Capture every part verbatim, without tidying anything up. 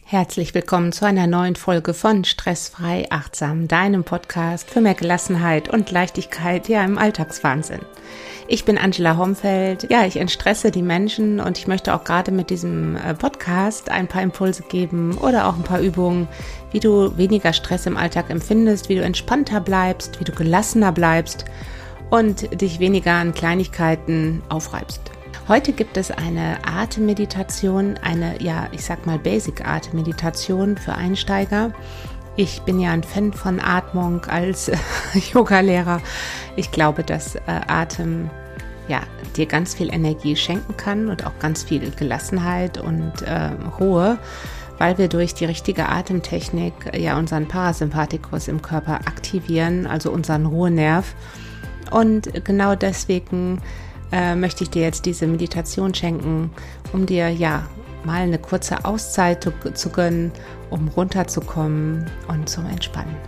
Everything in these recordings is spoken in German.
Herzlich willkommen zu einer neuen Folge von Stressfrei Achtsam, deinem Podcast für mehr Gelassenheit und Leichtigkeit ja im Alltagswahnsinn. Ich bin Angela Homfeld, ja, ich entstresse die Menschen und ich möchte auch gerade mit diesem Podcast ein paar Impulse geben oder auch ein paar Übungen, wie du weniger Stress im Alltag empfindest, wie du entspannter bleibst, wie du gelassener bleibst und dich weniger an Kleinigkeiten aufreibst. Heute gibt es eine Atemmeditation, eine, ja, ich sag mal Basic-Atemmeditation für Einsteiger. Ich bin ja ein Fan von Atmung als Yoga-Lehrer. Ich glaube, dass äh, Atem ja, dir ganz viel Energie schenken kann und auch ganz viel Gelassenheit und äh, Ruhe, weil wir durch die richtige Atemtechnik ja unseren Parasympathikus im Körper aktivieren, also unseren Ruhenerv. Und genau deswegen äh, möchte ich dir jetzt diese Meditation schenken, um dir ja mal eine kurze Auszeit zu, zu gönnen, um runterzukommen und zum Entspannen.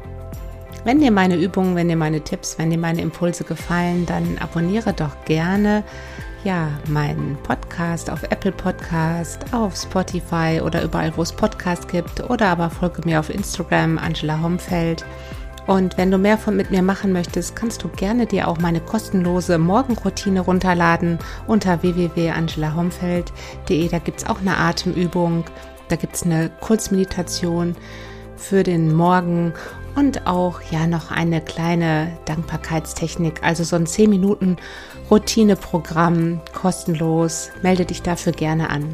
Wenn dir meine Übungen, wenn dir meine Tipps, wenn dir meine Impulse gefallen, dann abonniere doch gerne ja, meinen Podcast auf Apple Podcast, auf Spotify oder überall, wo es Podcasts gibt, oder aber folge mir auf Instagram, Angela Homfeld. Und wenn du mehr von mit mir machen möchtest, kannst du gerne dir auch meine kostenlose Morgenroutine runterladen unter w w w punkt angela homfeld punkt d e. Da gibt es auch eine Atemübung, da gibt es eine Kurzmeditation für den Morgen und auch ja noch eine kleine Dankbarkeitstechnik, also so ein zehn Minuten Routineprogramm, kostenlos. Melde dich dafür gerne an.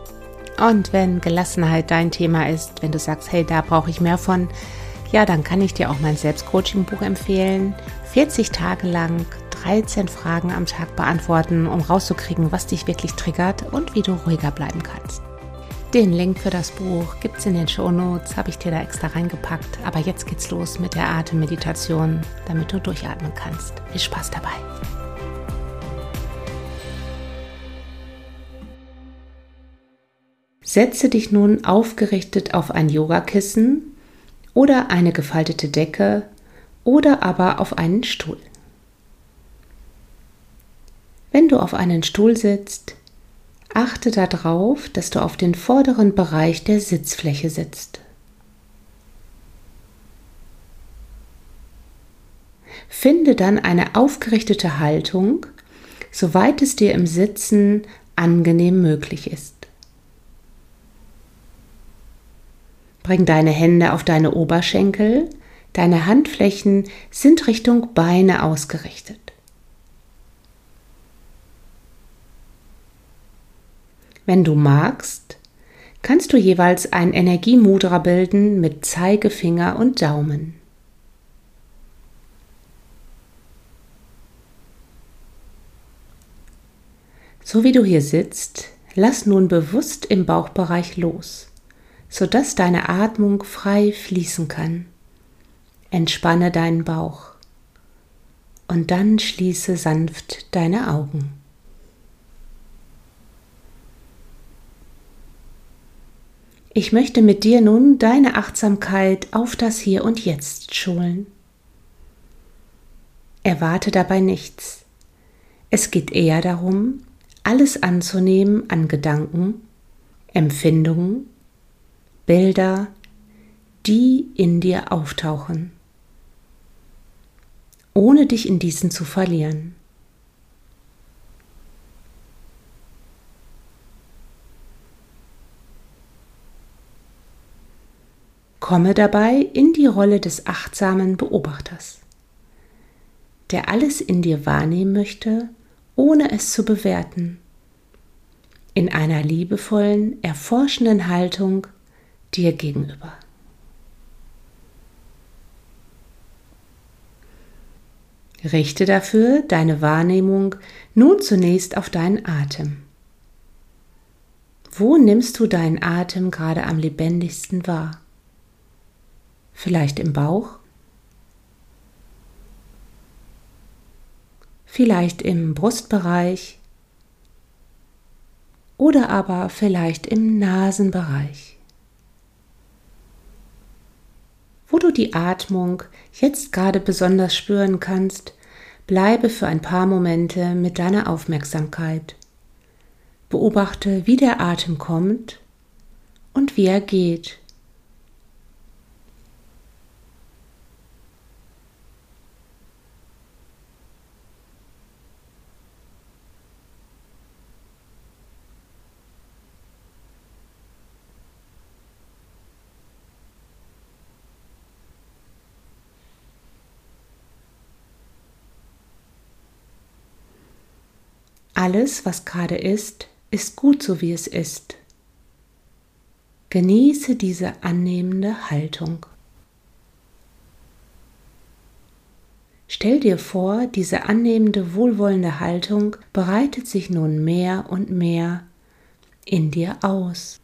Und wenn Gelassenheit dein Thema ist, wenn du sagst, hey, da brauche ich mehr von, ja, dann kann ich dir auch mein Selbstcoaching-Buch empfehlen. vierzig Tage lang, dreizehn Fragen am Tag beantworten, um rauszukriegen, was dich wirklich triggert und wie du ruhiger bleiben kannst. Den Link für das Buch gibt's in den Shownotes, habe ich dir da extra reingepackt. Aber jetzt geht's los mit der Atemmeditation, damit du durchatmen kannst. Viel Spaß dabei! Setze dich nun aufgerichtet auf ein Yogakissen oder eine gefaltete Decke oder aber auf einen Stuhl. Wenn du auf einen Stuhl sitzt, achte darauf, dass du auf den vorderen Bereich der Sitzfläche sitzt. Finde dann eine aufgerichtete Haltung, soweit es dir im Sitzen angenehm möglich ist. Bring deine Hände auf deine Oberschenkel, deine Handflächen sind Richtung Beine ausgerichtet. Wenn du magst, kannst du jeweils ein Energiemudra bilden mit Zeigefinger und Daumen. So wie du hier sitzt, lass nun bewusst im Bauchbereich los, sodass deine Atmung frei fließen kann. Entspanne deinen Bauch und dann schließe sanft deine Augen. Ich möchte mit dir nun deine Achtsamkeit auf das Hier und Jetzt schulen. Erwarte dabei nichts. Es geht eher darum, alles anzunehmen an Gedanken, Empfindungen, Bilder, die in dir auftauchen, ohne dich in diesen zu verlieren. Komme dabei in die Rolle des achtsamen Beobachters, der alles in dir wahrnehmen möchte, ohne es zu bewerten, in einer liebevollen, erforschenden Haltung dir gegenüber. Richte dafür deine Wahrnehmung nun zunächst auf deinen Atem. Wo nimmst du deinen Atem gerade am lebendigsten wahr? Vielleicht im Bauch? Vielleicht im Brustbereich? Oder aber vielleicht im Nasenbereich? Wo du die Atmung jetzt gerade besonders spüren kannst, bleibe für ein paar Momente mit deiner Aufmerksamkeit. Beobachte, wie der Atem kommt und wie er geht. Alles, was gerade ist, ist gut so, wie es ist. Genieße diese annehmende Haltung. Stell dir vor, diese annehmende, wohlwollende Haltung breitet sich nun mehr und mehr in dir aus.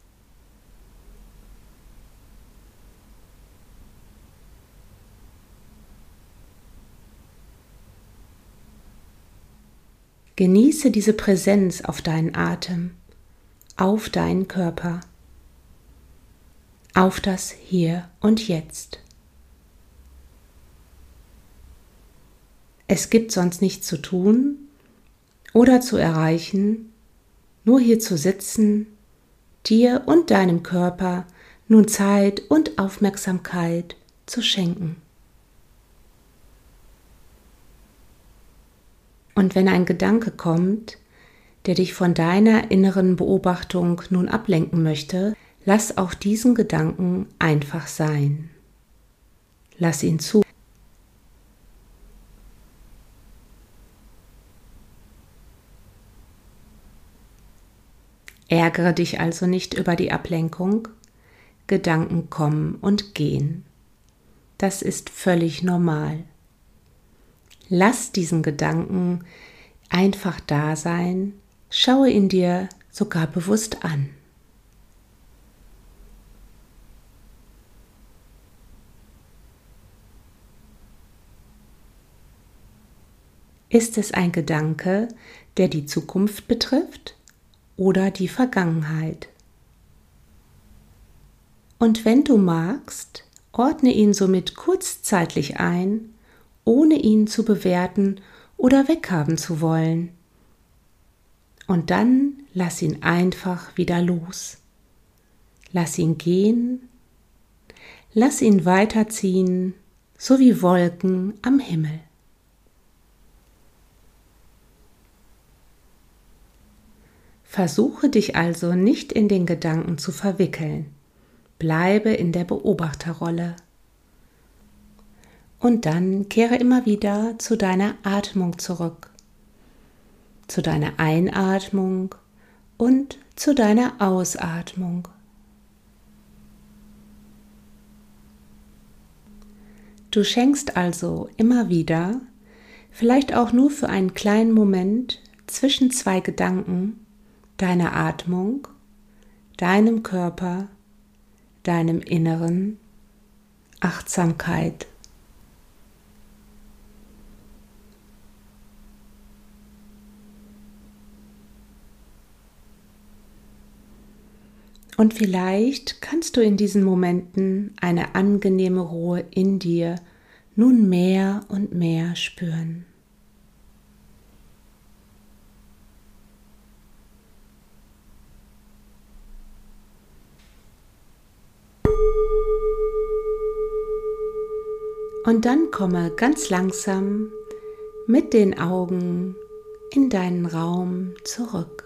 Genieße diese Präsenz auf deinen Atem, auf deinen Körper, auf das Hier und Jetzt. Es gibt sonst nichts zu tun oder zu erreichen, nur hier zu sitzen, dir und deinem Körper nun Zeit und Aufmerksamkeit zu schenken. Und wenn ein Gedanke kommt, der dich von deiner inneren Beobachtung nun ablenken möchte, lass auch diesen Gedanken einfach sein. Lass ihn zu. Ärgere dich also nicht über die Ablenkung. Gedanken kommen und gehen. Das ist völlig normal. Lass diesen Gedanken einfach da sein, schaue ihn dir sogar bewusst an. Ist es ein Gedanke, der die Zukunft betrifft oder die Vergangenheit? Und wenn du magst, ordne ihn somit kurzzeitlich ein, ohne ihn zu bewerten oder weghaben zu wollen. Und dann lass ihn einfach wieder los. Lass ihn gehen, lass ihn weiterziehen, so wie Wolken am Himmel. Versuche dich also nicht in den Gedanken zu verwickeln. Bleibe in der Beobachterrolle. Und dann kehre immer wieder zu deiner Atmung zurück, zu deiner Einatmung und zu deiner Ausatmung. Du schenkst also immer wieder, vielleicht auch nur für einen kleinen Moment zwischen zwei Gedanken, deiner Atmung, deinem Körper, deinem Inneren Achtsamkeit. Und vielleicht kannst du in diesen Momenten eine angenehme Ruhe in dir nun mehr und mehr spüren. Und dann komme ganz langsam mit den Augen in deinen Raum zurück.